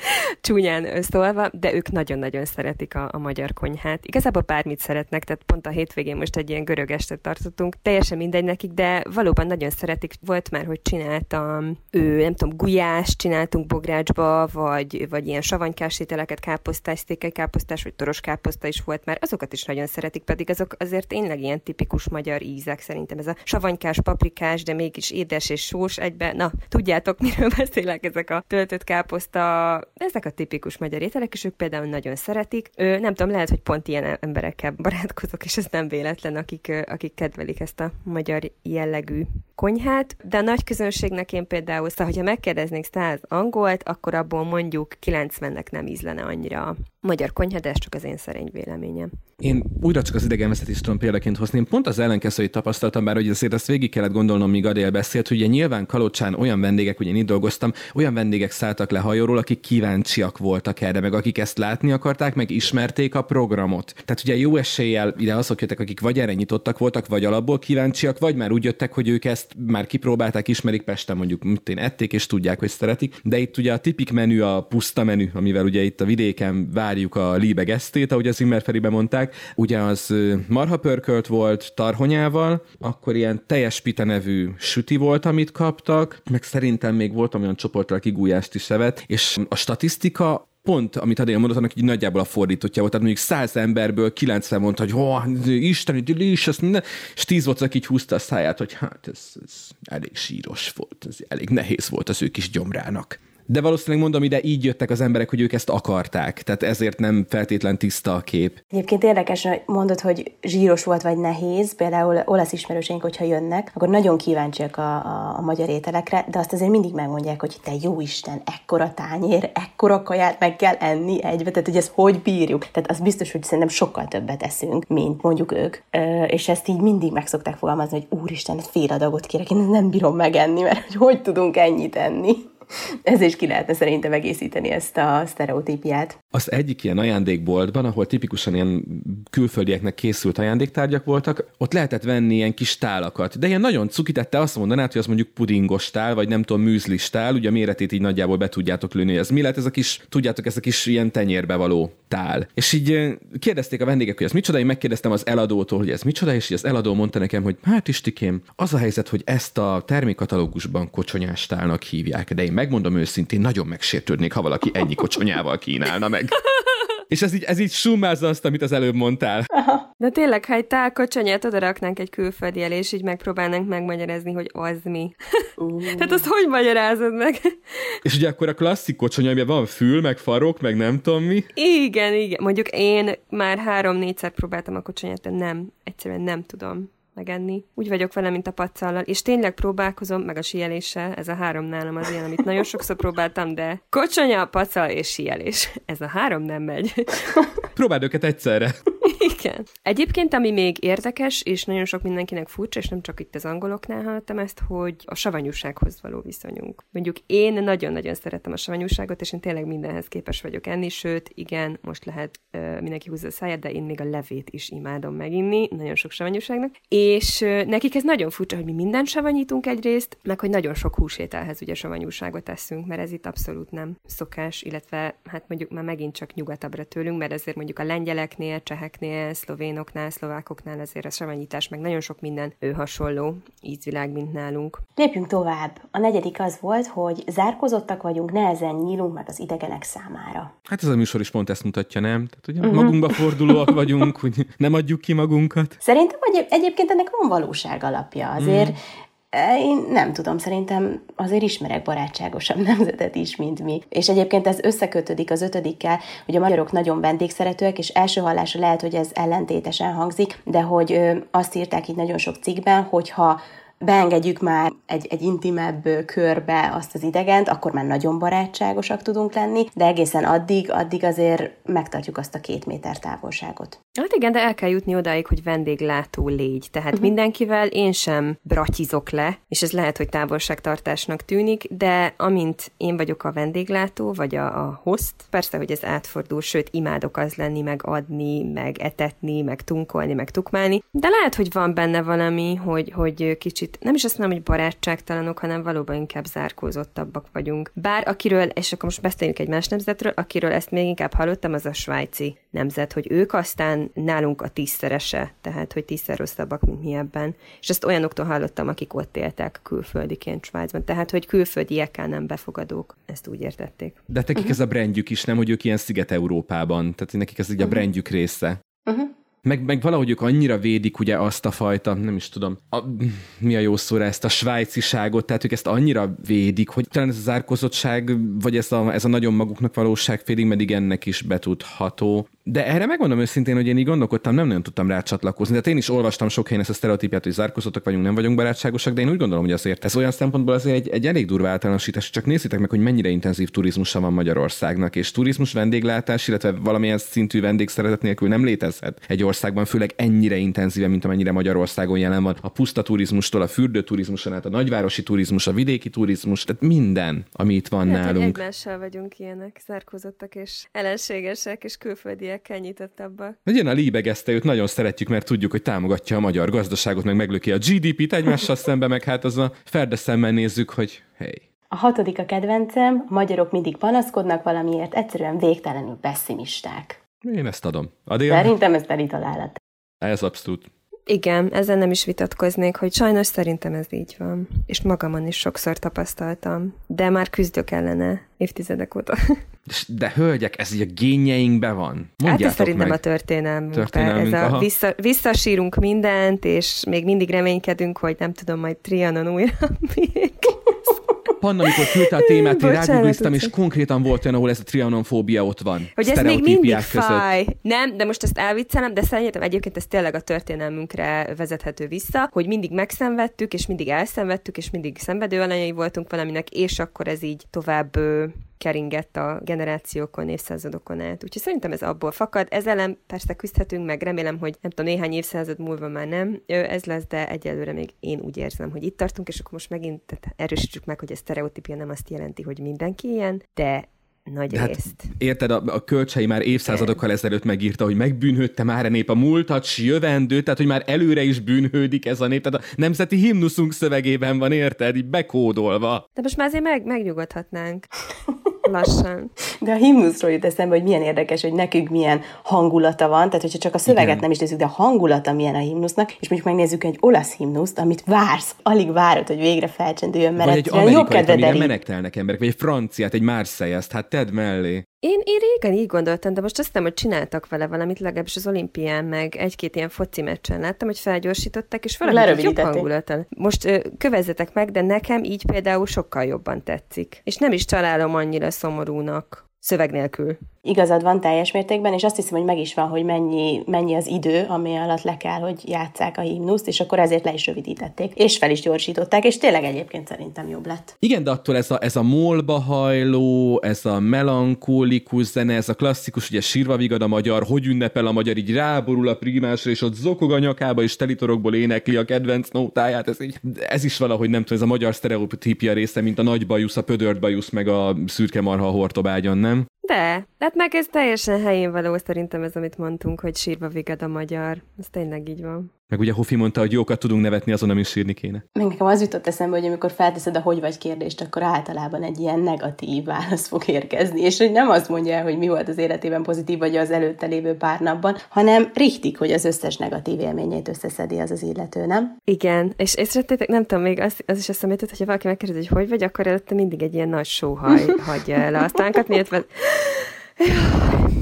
Speaker 3: csúnyán szólva, de ők nagyon-nagyon szeretik a, a magyar konyhát. Igazából bármit szeretnek, tehát pont a hétvégén most egy ilyen görög estet tartottunk, teljesen mindegy nekik, de valóban nagyon szeretik. Volt már, hogy csináltam, ő, nem tudom, gulyást csináltunk bográcsba, vagy, vagy ilyen savanykás ételeket, káposztás, székely káposztás, vagy toros káposzta is volt már, azokat is nagyon szeretik, pedig azok azért tényleg ilyen tipikus magyar ízek szerintem. Ez a savanykás, paprikás, de mégis édes és sós egyben, na, tudjátok, miről beszélek, ezek a töltött káposzta, ezek a tipikus magyar ételek, és ők például nagyon szeretik. Ö, nem tudom, lehet, hogy pont ilyen emberekkel barátkozok, és ez nem véletlen, akik, akik kedvelik ezt a magyar jellegű konyhát, de a nagy közönségnek én például, szóval, hogyha megkérdeznék száz angolt, akkor abból mondjuk kilencvennek nem ízlene annyira a magyar konyha, de ez csak az én szerény véleményem.
Speaker 4: Én újra csak az idegenvezetést tudom példaként hozni. Én pont az ellenkezőjét tapasztaltam, bár hogy azért azt végig kellett gondolnom, míg Adél beszélt, hogy ugye nyilván Kalocsán olyan vendégek, ugye én itt dolgoztam, olyan vendégek szálltak le hajóról, akik kíváncsiak voltak erre, meg akik ezt látni akarták, meg ismerték a programot. Tehát ugye jó eséllyel ide azok jöttek, akik vagy erre nyitottak voltak, vagy alapból kíváncsiak, vagy már úgy jöttek, hogy ők ezt már kipróbálták, ismerik, Pesten mondjuk, mint én ették, és tudják, hogy szeretik. De itt ugye a tipik menü, a puszta menü, amivel ugye itt a vidéken várjuk a Liebegesztét, ahogy az Zimmerferiben mondták, ugye az marhapörkölt volt tarhonyával, akkor ilyen teljes pita nevű süti volt, amit kaptak, meg szerintem még volt olyan csoportra, aki gulyást is evett, és a statisztika pont, amit Adél mondott, annak így nagyjából a fordítottja volt. Tehát mondjuk száz emberből kilencven mondta, hogy oh, isteni, delicious, ne. És tíz volt, aki így húzta a száját, hogy hát ez, ez elég síros volt, ez elég nehéz volt az ő kis gyomrának. De valószínűleg mondom, ide így jöttek az emberek, hogy ők ezt akarták, tehát ezért nem feltétlen tiszta a kép.
Speaker 2: Egyébként érdekes, hogy mondod, hogy zsíros volt vagy nehéz, például olasz ismerőseink, hogyha jönnek, akkor nagyon kíváncsiak a, a, a magyar ételekre, de azt azért mindig megmondják, hogy te jó Isten, ekkora tányér, ekkora kaját meg kell enni egybe, tehát hogy ezt hogy bírjuk. Tehát az biztos, hogy szerintem sokkal többet eszünk, mint mondjuk ők. Ö, és ezt így mindig meg szokták fogalmazni, hogy úristen, fél adagot kérek, én nem bírom megenni, mert hogy, hogy tudunk ennyit enni. Ez is ki lehetne szerintem egészíteni ezt a sztereotípiát.
Speaker 4: Az egyik ilyen ajándékboltban, ahol tipikusan ilyen külföldieknek készült ajándéktárgyak voltak, ott lehetett venni ilyen kis tálakat. De ilyen nagyon cuki, tehát te azt mondanád, hogy az mondjuk pudingos tál, vagy nem tudom, műzlis tál, ugye a méretét így nagyjából be tudjátok lőni, hogy ez mi lehet, ez a kis, tudjátok, ez a kis ilyen tenyérbe való tál. És így kérdezték a vendégek, hogy ez micsoda, én megkérdeztem az eladótól, hogy ez micsoda, és az eladó mondta nekem, hogy hát Istikém, az a helyzet, hogy ezt a termékkatalógusban kocsonyás tálnak hívják, de én megmondom őszintén, nagyon megsértődnék, ha valaki ennyi kocsonyával kínálna meg. És ez így, ez így summázza azt, amit az előbb mondtál.
Speaker 2: Aha.
Speaker 3: De tényleg, ha egy tál kocsonyát oda raknánk egy külföldi elé, és így megpróbálnánk megmagyarázni, hogy az mi. Uh. Tehát azt hogy magyarázod meg?
Speaker 4: És ugye akkor a klasszik kocsonya, amiben van fül, meg farok, meg nem tudom mi.
Speaker 3: Igen, igen. Mondjuk én már három-négyszer próbáltam a kocsonyát, de nem, egyszerűen nem tudom megenni. Úgy vagyok vele, mint a paccallal, és tényleg próbálkozom, meg a síeléssel, ez a három nálam az ilyen, amit nagyon sokszor próbáltam, de kocsonya, paccal és síelés. Ez a három nem megy.
Speaker 4: Próbáld őket egyszerre.
Speaker 3: Igen. Egyébként, ami még érdekes, és nagyon sok mindenkinek furcsa, és nem csak itt az angoloknál hallottam ezt, hogy a savanyúsághoz való viszonyunk. Mondjuk én nagyon-nagyon szeretem a savanyúságot, és én tényleg mindenhez képes vagyok enni, sőt, igen, most lehet uh, mindenki húzza a száját, de én még a levét is imádom meginni, nagyon sok savanyúságnak. És uh, nekik ez nagyon furcsa, hogy mi mindent savanyítunk egyrészt, meg hogy nagyon sok húsételhez ugye savanyúságot teszünk, mert ez itt abszolút nem szokás, illetve hát mondjuk már megint csak nyugatabbra tőlünk, mert ezért mondjuk a lengyeleknél, cseheknél, szlovénoknál, szlovákoknál azért a savanyítás, meg nagyon sok minden ő hasonló ízvilág, mint nálunk.
Speaker 2: Lépjünk tovább. A negyedik az volt, hogy zárkózottak vagyunk, nehezen nyílunk meg az idegenek számára.
Speaker 4: Hát ez a műsor is pont ezt mutatja, nem? Tehát ugye uh-huh. magunkba fordulóak vagyunk, hogy nem adjuk ki magunkat.
Speaker 2: Szerintem hogy egyébként ennek van valóság alapja. Azért mm. Én nem tudom, szerintem azért ismerek barátságosabb nemzetet is, mint mi. És egyébként ez összekötődik az ötödikkel, hogy a magyarok nagyon vendégszeretőek, és első hallásra lehet, hogy ez ellentétesen hangzik, de hogy ö, azt írták így nagyon sok cikkben, hogyha beengedjük már egy, egy intimebb körbe azt az idegent, akkor már nagyon barátságosak tudunk lenni, de egészen addig, addig azért megtartjuk azt a két méter távolságot.
Speaker 3: Hát igen, de el kell jutni odáig, hogy vendéglátó légy. Tehát uh-huh. mindenkivel én sem bratyizok le, és ez lehet, hogy távolságtartásnak tűnik, de amint én vagyok a vendéglátó, vagy a, a host, persze, hogy ez átfordul, sőt, imádok az lenni, meg adni, meg etetni, meg tunkolni, meg tukmálni, de lehet, hogy van benne valami, hogy, hogy kicsit, nem is azt mondom, hogy barátságtalanok, hanem valóban inkább zárkózottabbak vagyunk. Bár akiről, és akkor most beszéljünk egy más nemzetről, akiről ezt még inkább hallottam, az a svájci nemzet, hogy ők aztán nálunk a tízszerese, tehát, hogy tízszer rosszabbak, mint mi ebben. És ezt olyanoktól hallottam, akik ott éltek külföldiként Svájcban. Tehát, hogy külföldiekkel nem befogadók. Ezt úgy értették.
Speaker 4: De nekik uh-huh. ez a brandjük is, nem, hogy ők ilyen Sziget-Európában. Tehát nekik ez így uh-huh. a brandjük része. Uh-huh. Meg, meg valahogy ők annyira védik ugye azt a fajta, nem is tudom, a, mi a jó szóra, ezt a svájciságot, tehát ők ezt annyira védik, hogy talán ez a zárkózottság, vagy ez a, ez a nagyon maguknak valóság félig meddig ennek is betudható. De erre megmondom őszintén, hogy én így gondolkodtam, nem nagyon tudtam rá csatlakozni. Tehát én is olvastam sok helyen ezt a sztereotípiát, hogy zárkózottak vagyunk, nem vagyunk barátságosak, de én úgy gondolom, hogy azért ez olyan szempontból azért egy, egy elég durva általánosítás. Csak nézzétek meg, hogy mennyire intenzív turizmusa van Magyarországnak, és turizmus, vendéglátás, illetve valamilyen szintű vendégszeretet nélkül nem létezhet egy országban, főleg ennyire intenzíven, mint amennyire Magyarországon jelen van. A puszta turizmustól, a fürdőturizmuson át, a nagyvárosi turizmus, a vidéki turizmus, tehát minden, ami itt van
Speaker 3: hát,
Speaker 4: nálunk.
Speaker 3: Egymással vagyunk ilyenek, zárkózottak és ellenségesek és külföldiekkel nyitottabbak.
Speaker 4: Ugyan a líbegeszte, őt nagyon szeretjük, mert tudjuk, hogy támogatja a magyar gazdaságot, meg meglöki a gé dé pét egymással szembe, meg hát az a ferde szemmel nézzük, hogy hey.
Speaker 2: A hatodik a kedvencem, a magyarok mindig panaszkodnak valamiért, egyszerűen végtelenül pessimisták.
Speaker 4: Én ezt adom. Adél?
Speaker 2: Szerintem ez teli találat.
Speaker 4: Ez abszolút.
Speaker 3: Igen, ezzel nem is vitatkoznék, hogy sajnos szerintem ez így van. És magamon is sokszor tapasztaltam. De már küzdök ellene évtizedek óta.
Speaker 4: De hölgyek, ez így a génjeinkben van. Mondjátok
Speaker 3: hát ez szerintem
Speaker 4: meg.
Speaker 3: a történelmünk.
Speaker 4: történelmünk
Speaker 3: ez a vissza, visszasírunk mindent, és még mindig reménykedünk, hogy nem tudom, majd Trianon újra még.
Speaker 4: Panna, amikor küldte a témát, én rágoogliztam, és konkrétan volt olyan, ahol ez a trianonfóbia ott van.
Speaker 3: Hogy ez még mindig fáj. Nem, de most ezt elviccelem, de szerintem egyébként ez tényleg a történelmünkre vezethető vissza, hogy mindig megszenvedtük, és mindig elszenvedtük, és mindig szenvedő alanyai voltunk valaminek, és akkor ez így tovább keringett a generációkon, évszázadokon át. Úgyhogy szerintem ez abból fakad. Ezzel ellen persze küzdhetünk, meg remélem, hogy nem tudom, néhány évszázad múlva már nem ez lesz, de egyelőre még én úgy érzem, hogy itt tartunk, és akkor most megint erősítsük meg, hogy a sztereotípia nem azt jelenti, hogy mindenki ilyen, de nagy
Speaker 4: de
Speaker 3: részt.
Speaker 4: Hát, érted, a, a Kölcsei már évszázadokkal ezelőtt megírta, hogy megbűnhődte már a nép a múltat, s jövendőt, tehát hogy már előre is bűnhődik ez a nép, tehát a nemzeti himnuszunk szövegében van, érted, így bekódolva.
Speaker 3: De most már azért meg, megnyugodhatnánk. Lassan.
Speaker 2: De a himnuszról jut eszembe, hogy milyen érdekes, hogy nekünk milyen hangulata van, tehát hogyha csak a szöveget igen. nem is nézzük, de a hangulata milyen a himnusznak, és mondjuk megnézzük egy olasz himnuszt, amit vársz, alig várod, hogy végre felcsendüljön, mert
Speaker 4: vagy egy amerikai, amire menektelnek emberek, vagy egy franciát, egy Marseille-t, hát tedd mellé.
Speaker 3: Én, én régen így gondoltam, de most azt hiszem, hogy csináltak vele valamit, legalábbis az olimpián, meg egy-két ilyen foci meccsen láttam, hogy felgyorsították, és valami jobb hangulata. Most ö, kövezzetek meg, de nekem így például sokkal jobban tetszik. És nem is találom annyira szomorúnak szöveg nélkül.
Speaker 2: Igazad van teljes mértékben, és azt hiszem, hogy meg is van, hogy mennyi, mennyi az idő, ami alatt le kell, hogy játsszák a himnuszt, és akkor ezért le is rövidítették, és fel is gyorsították, és tényleg egyébként szerintem jobb lett.
Speaker 4: Igen, de attól ez a, ez a molba hajló, ez a melankólikus zene, ez a klasszikus, ugye sírva vigad a magyar, hogy ünnepel a magyar, így ráborul a primásra, és ott zokog a nyakába, és telitorokból énekli a kedvenc nótáját, ez, így, ez is valahogy nem tudom, ez a magyar sztereotípia része, mint a nagy bajusz, a pödört bajusz, meg a szürke marha a hortobágyon, nem?
Speaker 3: De, hát meg ez teljesen helyén való, szerintem ez, amit mondtunk, hogy sírva vigad a magyar. Ez tényleg így van.
Speaker 4: Meg ugye Hofi mondta, hogy jókat tudunk nevetni, azon nem is sírni kéne.
Speaker 2: Meg nekem az jutott eszembe, hogy amikor felteszed a hogy vagy kérdést, akkor általában egy ilyen negatív válasz fog érkezni, és hogy nem azt mondja el, hogy mi volt az életében pozitív, vagy az előtte lévő pár napban, hanem richtig, hogy az összes negatív élményét összeszedi az az illető, nem?
Speaker 3: Igen, és észrevettétek, nem tudom, még az, az is eszembe jutott, hogyha valaki megkérdezi, hogy hogy vagy, akkor előtte mindig egy ilyen nagy sóhaj hagyja el a asztalánkat, miért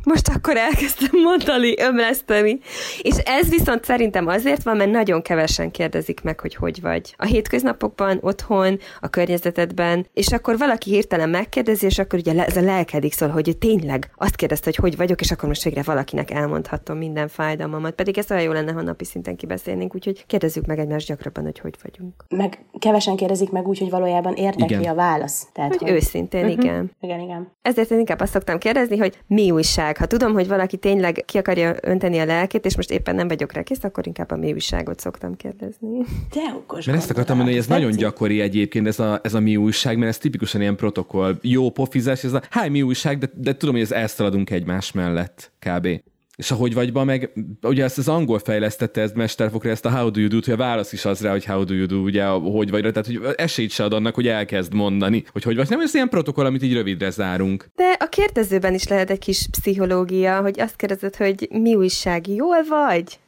Speaker 3: most akkor elkezdtem mondani, ömleszteni. És ez viszont szerintem azért van, mert nagyon kevesen kérdezik meg, hogy hogy vagy. A hétköznapokban, otthon, a környezetedben, és akkor valaki hirtelen megkérdezi, és akkor ugye ez a lelkedik szól, hogy tényleg azt kérdezte, hogy hogy vagyok, és akkor most végre valakinek elmondhatom minden fájdalmamat. Pedig ez olyan jó lenne, ha napi szinten kibeszélnénk, úgyhogy kérdezzük meg egymást gyakrabban, hogy hogy vagyunk.
Speaker 2: Meg kevesen kérdezik meg úgy, hogy valójában érdekli igen. a válasz. Tehát,
Speaker 3: hogy, hogy őszintén, uh-huh. igen.
Speaker 2: Igen, igen.
Speaker 3: Ezért én inkább azt szoktam kérdezni, hogy mi újság. Ha tudom, hogy valaki tényleg ki akarja önteni a lelkét, és most éppen nem vagyok rá kész, akkor inkább a mi újságot szoktam kérdezni.
Speaker 2: De okos.
Speaker 4: Mert ezt akartam mondani, hogy ez nagyon gyakori egyébként, ez a, ez a mi újság, mert ez tipikusan ilyen protokoll. Jó pofizás, ez a háj mi újság, de, de tudom, hogy ez elszaladunk egymás mellett kb. És ahogy vagyban meg, ugye ezt az angol fejlesztette ezt mesterfokra, ezt a how do you do-t, hogy a válasz is az rá, hogy how do you do, ugye, hogy vagy, tehát hogy esélyt se ad annak, hogy elkezd mondani, hogy hogy vagy. Nem, ez ilyen protokoll, amit így rövidre zárunk.
Speaker 3: De a kérdezőben is lehet egy kis pszichológia, hogy azt kérdezed, hogy mi újság, jól vagy?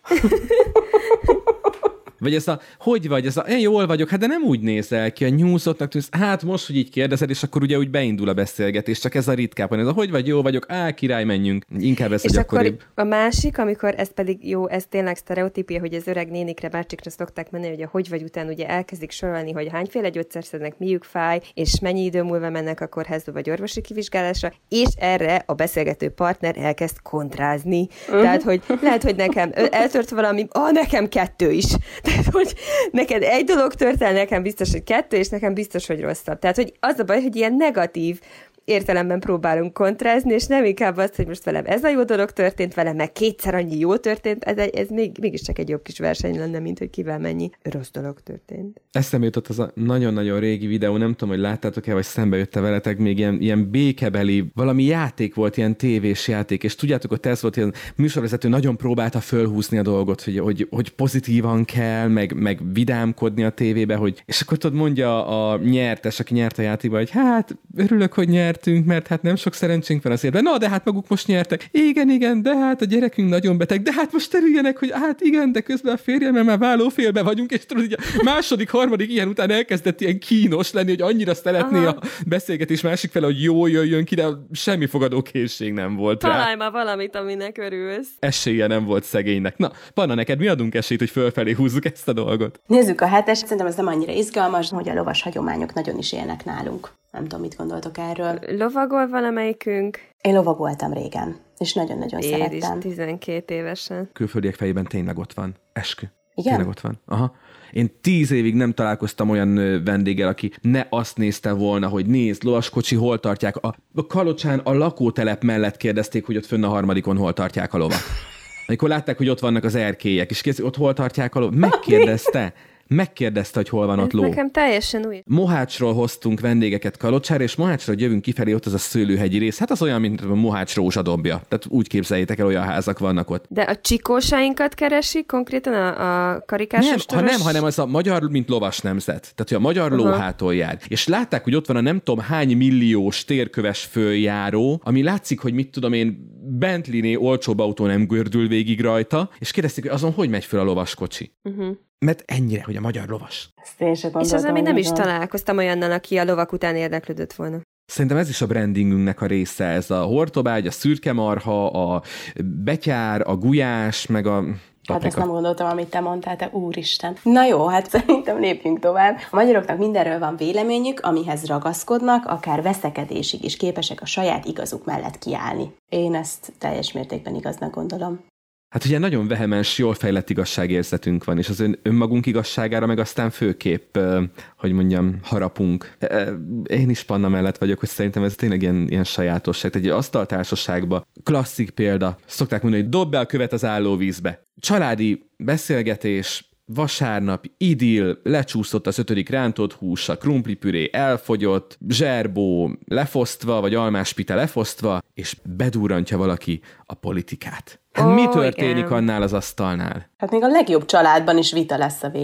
Speaker 4: Vagy ez a, hogy vagy, ez a, én jól vagyok, hát de nem úgy nézel ki, a nyúzottnak tűnsz, hát most, hogy így kérdezed, és akkor ugye úgy beindul a beszélgetés, csak ez a ritkában, ez a, hogy vagy, jó vagyok, á, király, menjünk. Inkább ez
Speaker 3: és
Speaker 4: a gyakoribb.
Speaker 3: És akkor a másik, amikor ez pedig jó, ez tényleg sztereotípia, hogy az öreg nénikre, bácsikra szokták menni, hogy a hogy vagy után ugye elkezdik sorolni, hogy hányféle gyógyszer szednek, miük fáj, és mennyi idő múlva mennek a kórházba vagy orvosi kivizsgálásra, és erre a beszélgető partner elkezd kontrázni. Uh-huh. Tehát, hogy lehet, hogy nekem eltört valami, ah, nekem kettő is. Tehát, hogy neked egy dolog tört el, nekem biztos, hogy kettő, és nekem biztos, hogy rosszabb. Tehát, hogy az a baj, hogy ilyen negatív értelemben próbálunk kontrázni, és nem inkább azt, hogy most velem ez a jó dolog történt, velem meg kétszer annyi jó történt, ez, ez még, mégiscsak egy jobb kis verseny lenne, mint hogy kivel mennyi rossz dolog történt.
Speaker 4: Eszembe jutott az a nagyon-nagyon régi videó, nem tudom, hogy láttátok-e, vagy szembe jött-e veletek, még ilyen, ilyen békebeli, valami játék volt, ilyen tévés játék, és tudjátok, hogy ez volt, ilyen műsorvezető nagyon próbálta fölhúzni a dolgot, hogy, hogy, hogy pozitívan kell, meg, meg vidámkodni a tévébe, hogy, és akkor tudod, mondja a nyertes, aki nyert a játékban, hogy hát örülök, hogy nyert, mert hát nem sok szerencsénk van az életben. Na, de hát maguk most nyertek. Igen, igen, de hát a gyerekünk nagyon beteg. De hát most terüljenek, hogy hát igen, de közben a férjemmel már vállófélbe vagyunk, és tudod, a második, harmadik ilyen után elkezdett ilyen kínos lenni, hogy annyira szeretné aha. a beszélgetés másik fele, hogy jól jöjjön ki, de semmi fogadókészség nem volt rá.
Speaker 3: Találj már valamit, aminek örülsz.
Speaker 4: Esélye nem volt szegénynek. Na, Panna, neked mi adunk esélyt, hogy fölfelé húzzuk ezt a dolgot?
Speaker 2: Nézzük a hetes. Szerintem ez nem annyira izgalmas, hogy a lovas hagyományok nagyon is élnek nálunk. Nem tudom, mit gondoltok erről.
Speaker 3: Lovagol valamelyikünk?
Speaker 2: Én lovagoltam régen, és nagyon-nagyon
Speaker 3: Én
Speaker 2: szerettem.
Speaker 3: is tizenkét évesen.
Speaker 4: Külföldiek fejében tényleg ott van. Eskü.
Speaker 2: Igen?
Speaker 4: Tényleg ott van. Aha. Én tíz évig nem találkoztam olyan vendéggel, aki ne azt nézte volna, hogy nézd, lovaskocsi, hol tartják. A, a Kalocsán a lakótelep mellett kérdezték, hogy ott fönn a harmadikon hol tartják a lovat. Amikor látták, hogy ott vannak az erkélyek, és kérdezik, ott hol tartják a lovat. Megkérdezte. Megkérdezte, hogy hol van ott ló.
Speaker 3: Nekem teljesen új.
Speaker 4: Mohácsról hoztunk vendégeket Kalocsára, és Mohácsról jövünk kifelé, ott az a szőlőhegyi rész. Hát az olyan, mint a Mohács rózsadombja. Tehát úgy képzeljétek el, olyan házak vannak ott.
Speaker 3: De a csikósáinkat keresik konkrétan a, a karikásos
Speaker 4: nem, ha nem, hanem az a magyar, mint lovas nemzet. Tehát, hogy a magyar uh-huh. lóhától jár. És látták, hogy ott van a nem tudom hány milliós térköves följáró, ami látszik, hogy mit tudom én, Bentley-né olcsóbb autó nem gördül végig rajta, és kérdezték, hogy azon hogy megy föl a lovaskocsi. Uh-huh. Mert ennyire, hogy a magyar lovas.
Speaker 2: És
Speaker 3: az, ami nem is találkoztam olyannal, aki a lovak után érdeklődött volna.
Speaker 4: Szerintem ez is a brandingünknek a része, ez a hortobágy, a szürkemarha, a betyár, a gulyás, meg a paprika.
Speaker 2: Hát ezt nem gondoltam, amit te mondtál, te úristen. Na jó, hát szerintem lépjünk tovább. A magyaroknak mindenről van véleményük, amihez ragaszkodnak, akár veszekedésig is képesek a saját igazuk mellett kiállni. Én ezt teljes mértékben igaznak gondolom.
Speaker 4: Hát ugye nagyon vehemens, jól fejlett igazságérzetünk van, és az ön, önmagunk igazságára meg aztán főképp, hogy mondjam, harapunk. Én is Panna mellett vagyok, hogy szerintem ez tényleg ilyen, ilyen sajátosság. Egy asztaltársaságban klasszik példa, szokták mondani, hogy dobd be a követ az állóvízbe. Családi beszélgetés, vasárnap, idill, lecsúszott az ötödik rántott hús, a krumplipüré elfogyott, zserbó lefosztva, vagy almáspite lefosztva, és bedurrantja valaki a politikát. Hát oh, mi történik igen. annál az asztalnál?
Speaker 2: Hát még a legjobb családban is vita lesz a vége.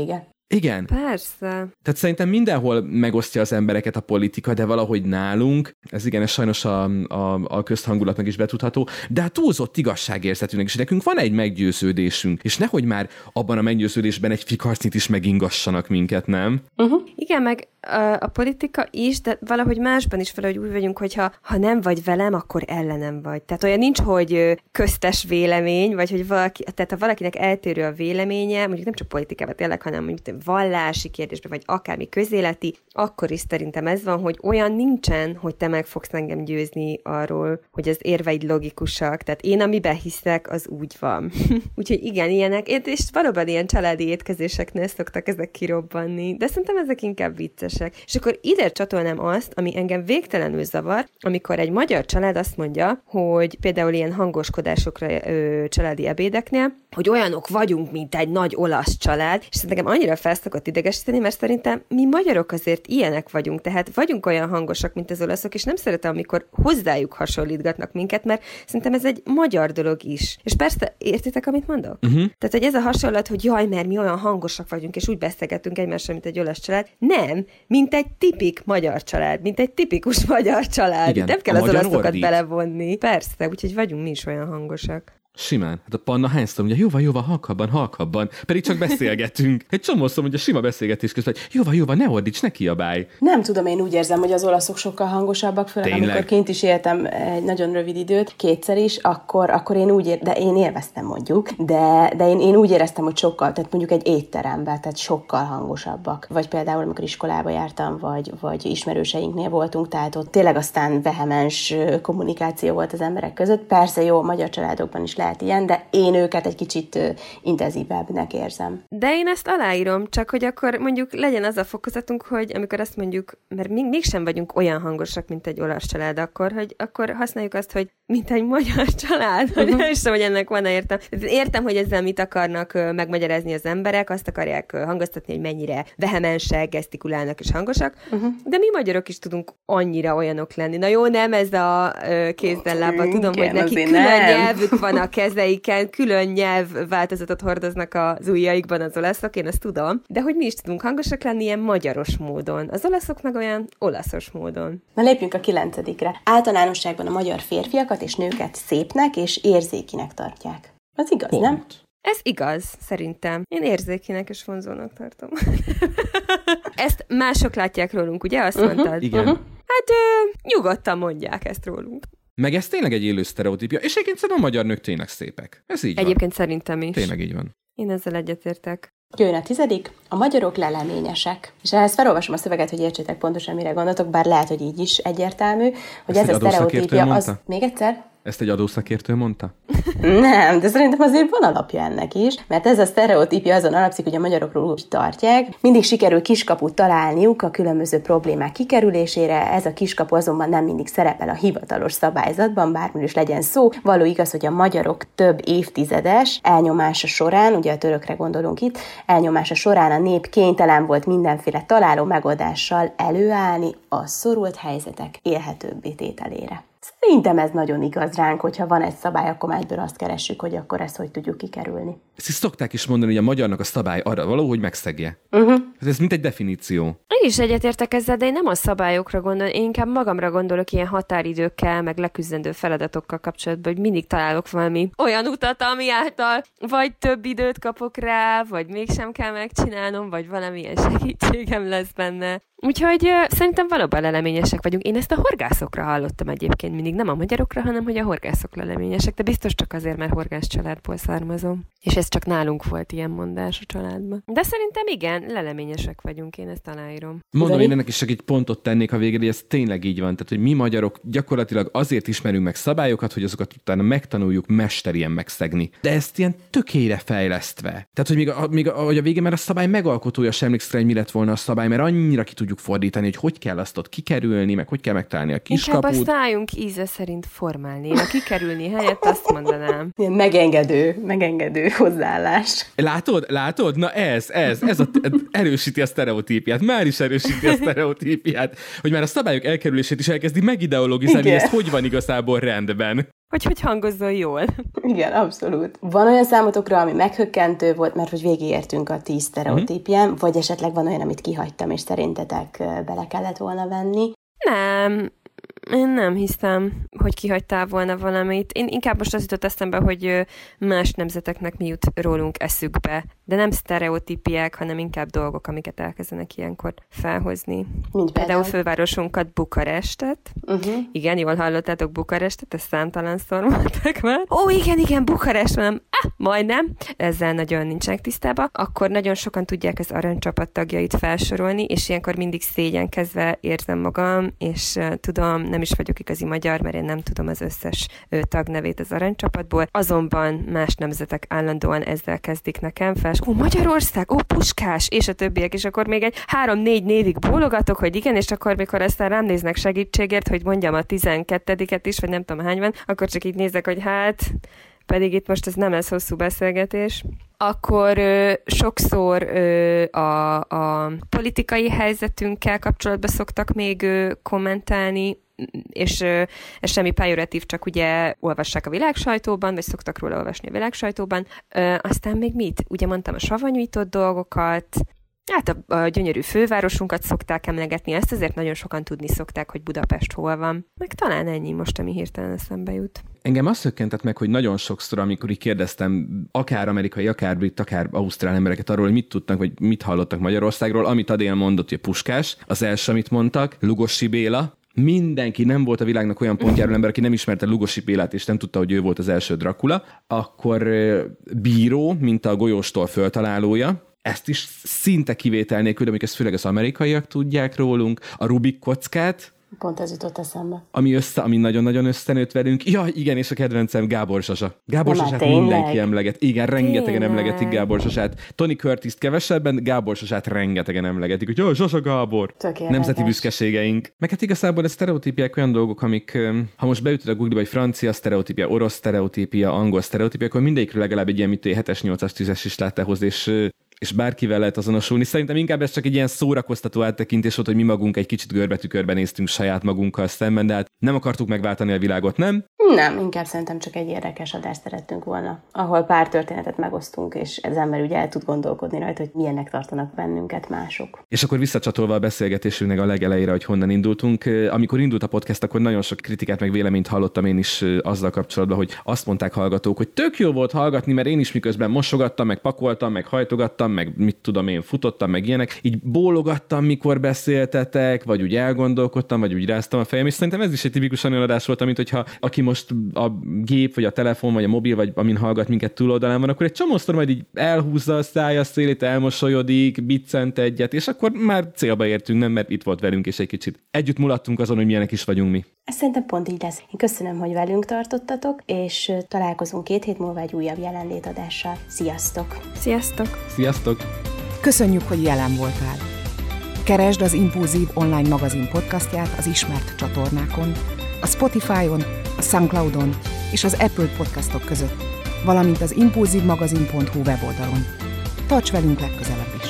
Speaker 4: Igen.
Speaker 3: Persze.
Speaker 4: Tehát szerintem mindenhol megosztja az embereket a politika, de valahogy nálunk, ez igen, ez sajnos a, a, a közhangulatnak is betudható, de a túlzott igazságérzetűnek is. Nekünk van egy meggyőződésünk, és nehogy már abban a meggyőződésben egy fikarcnit is megingassanak minket, nem?
Speaker 3: Uh-huh. Igen, meg a, a politika is, de valahogy másban is valahogy úgy vagyunk, hogyha ha nem vagy velem, akkor ellenem vagy. Tehát olyan nincs, hogy köztes vélemény, vagy hogy valaki, tehát ha valakinek eltérő a véleménye, mondjuk nem csak politikában tényleg, hanem mondjuk vallási kérdésben, vagy akármi közéleti, akkor is szerintem ez van, hogy olyan nincsen, hogy te meg fogsz engem győzni arról, hogy az érveid logikusak. Tehát én, amiben hiszek, az úgy van. Úgyhogy igen, ilyenek, és valóban ilyen családi étkezéseknél szoktak ezek kirobbanni, de szerintem ezek inkább viccesek. És akkor ide csatolnám azt, ami engem végtelenül zavar, amikor egy magyar család azt mondja, hogy például ilyen hangoskodásokra ö, családi ebédeknél, hogy olyanok vagyunk, mint egy nagy olasz család, és szerintem annyira felszokott idegesíteni, mert szerintem mi magyarok azért ilyenek vagyunk, tehát vagyunk olyan hangosak, mint az olaszok, és nem szeretem, amikor hozzájuk hasonlítgatnak minket, mert szerintem ez egy magyar dolog is. És persze, értitek, amit mondok? Uh-huh. Tehát, hogy ez a hasonlat, hogy jaj, mert mi olyan hangosak vagyunk, és úgy beszélgetünk egymással, mint egy olasz család. Nem, mint egy tipik magyar család, mint egy tipikus magyar család. Igen, nem kell az olaszokat ordít. belevonni. Persze, úgyhogy vagyunk mi is olyan hangosak.
Speaker 4: Simán. Hát a Panna hányszor mondja, jóval, jóval, halkabban, halkabban. Pedig csak beszélgetünk. Egy csomószor mondja, sima beszélgetés közben, hogy jóval, jóval, ne ordíts, ne kiabálj.
Speaker 2: Nem tudom, én úgy érzem, hogy az olaszok sokkal hangosabbak, főleg Tényleg? amikor kint is éltem egy nagyon rövid időt, kétszer is, akkor, akkor én úgy ér, de én élveztem mondjuk, de, de én, én úgy éreztem, hogy sokkal, tehát mondjuk egy étteremben, tehát sokkal hangosabbak. Vagy például, amikor iskolába jártam, vagy, vagy ismerőseinknél voltunk, tehát ott tényleg aztán vehemens kommunikáció volt az emberek között. Persze jó, magyar családokban is lehet ilyen, de én őket egy kicsit uh, intenzívebbnek érzem.
Speaker 3: De én ezt aláírom, csak hogy akkor mondjuk legyen az a fokozatunk, hogy amikor azt mondjuk, mert mi mégsem vagyunk olyan hangosak, mint egy olasz család, akkor, hogy akkor használjuk azt, hogy mint egy magyar család, hogy nem is tudom, hogy ennek van-e értem. Értem, hogy ezzel mit akarnak uh, megmagyarázni az emberek, azt akarják uh, hangoztatni, hogy mennyire vehemensek, gesztikulálnak és hangosak, uh-huh. de mi magyarok is tudunk annyira olyanok lenni. Na jó, nem ez a uh, kézzel lábban, tudom, igen, hogy nekik külön nem. nyelvük van a kezeiken, külön nyelvváltozatot hordoznak az ujjaikban az olaszok, én ezt tudom, de hogy mi is tudunk hangosak lenni ilyen magyaros módon. Az olaszok meg olyan olaszos módon.
Speaker 2: Na lépjünk a kilencedikre. Általánosságban a magyar férfiakat és nőket szépnek és érzékinek tartják. Az igaz, Pont. nem?
Speaker 3: Ez igaz, szerintem. Én érzékinek és vonzónak tartom. Ezt mások látják rólunk, ugye? Azt uh-huh. mondtad?
Speaker 4: Igen.
Speaker 3: Uh-huh. Hát ö, nyugodtan mondják ezt rólunk.
Speaker 4: Meg ez tényleg egy élő sztereotípia, és egyébként szerintem a magyar nők tényleg szépek. Ez így
Speaker 3: Egyébként
Speaker 4: van.
Speaker 3: szerintem is.
Speaker 4: Tényleg így van.
Speaker 3: Én ezzel egyetértek.
Speaker 2: Jöjjön a tizedik, a magyarok leleményesek. És ehhez felolvasom a szöveget, hogy értsétek pontosan, mire gondoltok, bár lehet, hogy így is egyértelmű, hogy
Speaker 4: Ezt
Speaker 2: ez a sztereotípia az... Még egyszer?
Speaker 4: Ezt egy adószakértő mondta?
Speaker 2: Nem, de szerintem azért van alapja ennek is, mert ez a sztereotípia azon alapszik, hogy a magyarokról úgy tartják. Mindig sikerül kiskaput találniuk a különböző problémák kikerülésére, ez a kiskapu azonban nem mindig szerepel a hivatalos szabályzatban, bármiről is legyen szó. Való igaz, hogy a magyarok több évtizedes elnyomása során, ugye a törökre gondolunk itt, elnyomása során a nép kénytelen volt mindenféle találó megoldással előállni a szorult helyzetek élhetőbbé tételére. Szerintem ez nagyon igaz ránk, hogyha van egy szabály, akkor egyből azt keressük, hogy akkor ezt hogy tudjuk kikerülni.
Speaker 4: Ezt is szokták is mondani, hogy a magyarnak a szabály arra való, hogy megszegje.
Speaker 2: Uh-huh.
Speaker 4: Ez mint egy definíció.
Speaker 3: Én is egyetértek ezzel, de én nem a szabályokra gondolom, én inkább magamra gondolok ilyen határidőkkel, meg leküzdendő feladatokkal kapcsolatban, hogy mindig találok valami olyan utat, ami által vagy több időt kapok rá, vagy mégsem kell megcsinálnom, vagy valamilyen segítségem lesz benne. Úgyhogy uh, szerintem valóban leleményesek vagyunk. Én ezt a horgászokra hallottam egyébként mindig, nem a magyarokra, hanem hogy a horgászok leleményesek, de biztos csak azért, mert horgász családból származom. És ez csak nálunk volt ilyen mondás a családban. De szerintem igen, leleményesek vagyunk, én ezt aláírom.
Speaker 4: Mondom, én ennek is csak egy pontot tennék a végére, hogy ez tényleg így van. Tehát, hogy mi magyarok gyakorlatilag azért ismerünk meg szabályokat, hogy azokat utána megtanuljuk mesterien megszegni. De ezt ilyen tökére fejlesztve. Tehát, hogy még a, még a, hogy a végén már a szabály megalkotója sem emlékszik rá, hogy mi lett volna a szabály, mert annyira ki tudjuk fordítani, hogy hogy kell azt ott kikerülni, meg hogy kell megtalálni a kiskaput.
Speaker 3: Inkább a szájunk íze szerint formálni. A kikerülni helyett azt mondanám.
Speaker 2: Ilyen megengedő, megengedő hozzáállás.
Speaker 4: Látod? Látod? Na ez, ez, ez a, erősíti a sztereotípiát. Már is erősíti a sztereotípiát, hogy már a szabályok elkerülését is elkezdi megideologizálni, ezt hogy van igazából rendben.
Speaker 3: Hogy hogy hangozzon jól.
Speaker 2: Igen, abszolút. Van olyan számotokra, ami meghökkentő volt, mert hogy végigértünk a tíz sztereotípián, uh-huh. vagy esetleg van olyan, amit kihagytam, és szerintetek bele kellett volna venni?
Speaker 3: Nem. Én nem hiszem, hogy kihagytál volna valamit. Én inkább most az jutott eszembe, hogy más nemzeteknek mi jut rólunk eszükbe. De nem sztereotípiák, hanem inkább dolgok, amiket elkezdenek ilyenkor felhozni.
Speaker 2: Mint
Speaker 3: például fővárosunkat, Bukarestet. Uh-huh. Igen, jól hallottátok Bukarestet, ezt számtalanszor mondták már. Ó, igen, igen, Bukarest, nem, ah, majdnem. Ezzel nagyon nincsenek tisztában. Akkor nagyon sokan tudják az aranycsapat tagjait felsorolni, és ilyenkor mindig szégyenkezve érzem magam, és uh, tudom, nem is vagyok igazi magyar, mert én nem tudom az összes uh, tagnevét az aranycsapatból. Azonban más nemzetek állandóan ezzel kezdik nekem fel. Ó, Magyarország, ó, Puskás, és a többiek, és akkor még egy három-négy névig bólogatok, hogy igen, és akkor mikor aztán rám néznek segítségért, hogy mondjam a tizenkettediket is, vagy nem tudom hány van, akkor csak így nézek, hogy hát, pedig itt most ez nem lesz hosszú beszélgetés. Akkor ö, sokszor ö, a, a politikai helyzetünkkel kapcsolatban szoktak még ö, kommentálni, és ö, ez semmi pejoratív, csak ugye olvassák a világsajtóban, vagy szoktak róla olvasni a világsajtóban. Ö, aztán még mit? Ugye mondtam a savanyújtott dolgokat, hát a, a gyönyörű fővárosunkat szokták emlegetni, ezt azért nagyon sokan tudni szokták, hogy Budapest hol van. Meg talán ennyi most, ami hirtelen eszembe jut.
Speaker 4: Engem azt hökkentett meg, hogy nagyon sokszor, amikor így kérdeztem akár amerikai, akár brit, akár ausztrál embereket arról, hogy mit tudtak, vagy mit hallottak Magyarországról, amit Adél mondott, hogy Puskás, az első, amit mondtak, Lugosi Béla. Mindenki, nem volt a világnak olyan pontjáról ember, aki nem ismerte Lugosi Bélát, és nem tudta, hogy ő volt az első Dracula. Akkor bíró, mint a golyóstól föltalálója, ezt is szinte kivétel nélkül, de amik ezt főleg az amerikaiak tudják rólunk, a Rubik kockát,
Speaker 2: pont ez jutott eszembe.
Speaker 4: Ami, össze, ami nagyon-nagyon összenőtt velünk. Ja, igen, és a kedvencem Gábor Sasa. Gábor
Speaker 2: de
Speaker 4: Sasát mindenki emleget. Igen, rengetegen tényleg emlegetik Gábor Sasát. Tony Curtis-t kevesebben, Gábor Sasát rengetegen emlegetik. Hogy jaj, Sasa Gábor!
Speaker 2: Tökéletes.
Speaker 4: Nemzeti büszkeségeink. Meg hát igazából a sztereotípiák olyan dolgok, amik, ha most beütöd a Google-ba, hogy francia sztereotípia, orosz sztereotípia, angol sztereotípia, akkor mindegyikről legalább egy ilyen mit hetes, nyolcas, tízes is láttál hozzá, és és bárkivel lehet azonosulni. Szerintem inkább ez csak egy ilyen szórakoztató áttekintés volt, hogy mi magunk egy kicsit görbetükörben néztünk saját magunkkal szemben, de hát nem akartuk megváltani a világot, nem?
Speaker 2: Nem, inkább szerintem csak egy érdekes adást szerettünk volna, ahol pár történetet megosztunk, és az ember ugye el tud gondolkodni rajta, hogy milyennek tartanak bennünket mások.
Speaker 4: És akkor visszacsatolva a beszélgetésünknek a legelejére, hogy honnan indultunk. Amikor indult a podcast, akkor nagyon sok kritikát meg véleményt hallottam én is azzal kapcsolatban, hogy azt mondták hallgatók, hogy tök jó volt hallgatni, mert én is miközben mosogattam, meg pakoltam, meg hajtogattam, meg mit tudom én, futottam, meg ilyenek. Így bólogattam, mikor beszéltetek, vagy úgy elgondolkodtam, vagy úgy ráztam a fejem, és szerintem ez is egy tipikusan olyan adás volt, amit hogyha aki most a gép, vagy a telefon, vagy a mobil, vagy amin hallgat minket túloldalán van, akkor egy csomószor majd így elhúzza a szája szélét, elmosolyodik, biccent egyet, és akkor már célba értünk, nem, mert itt volt velünk, és egy kicsit együtt mulattunk azon, hogy milyenek is vagyunk mi.
Speaker 2: Ez szerintem pont így lesz. Én köszönöm, hogy velünk tartottatok, és találkozunk két hét múlva egy újabb jelenlétadással. Sziasztok!
Speaker 3: Sziasztok!
Speaker 4: Sziasztok!
Speaker 1: Köszönjük, hogy jelen voltál! Keresd az Impulzív online magazin podcastját az ismert csatornákon, a Spotify-on, a SoundCloud-on és az Apple podcastok között, valamint az impulzívmagazin pont hu weboldalon. Tarts velünk legközelebb is!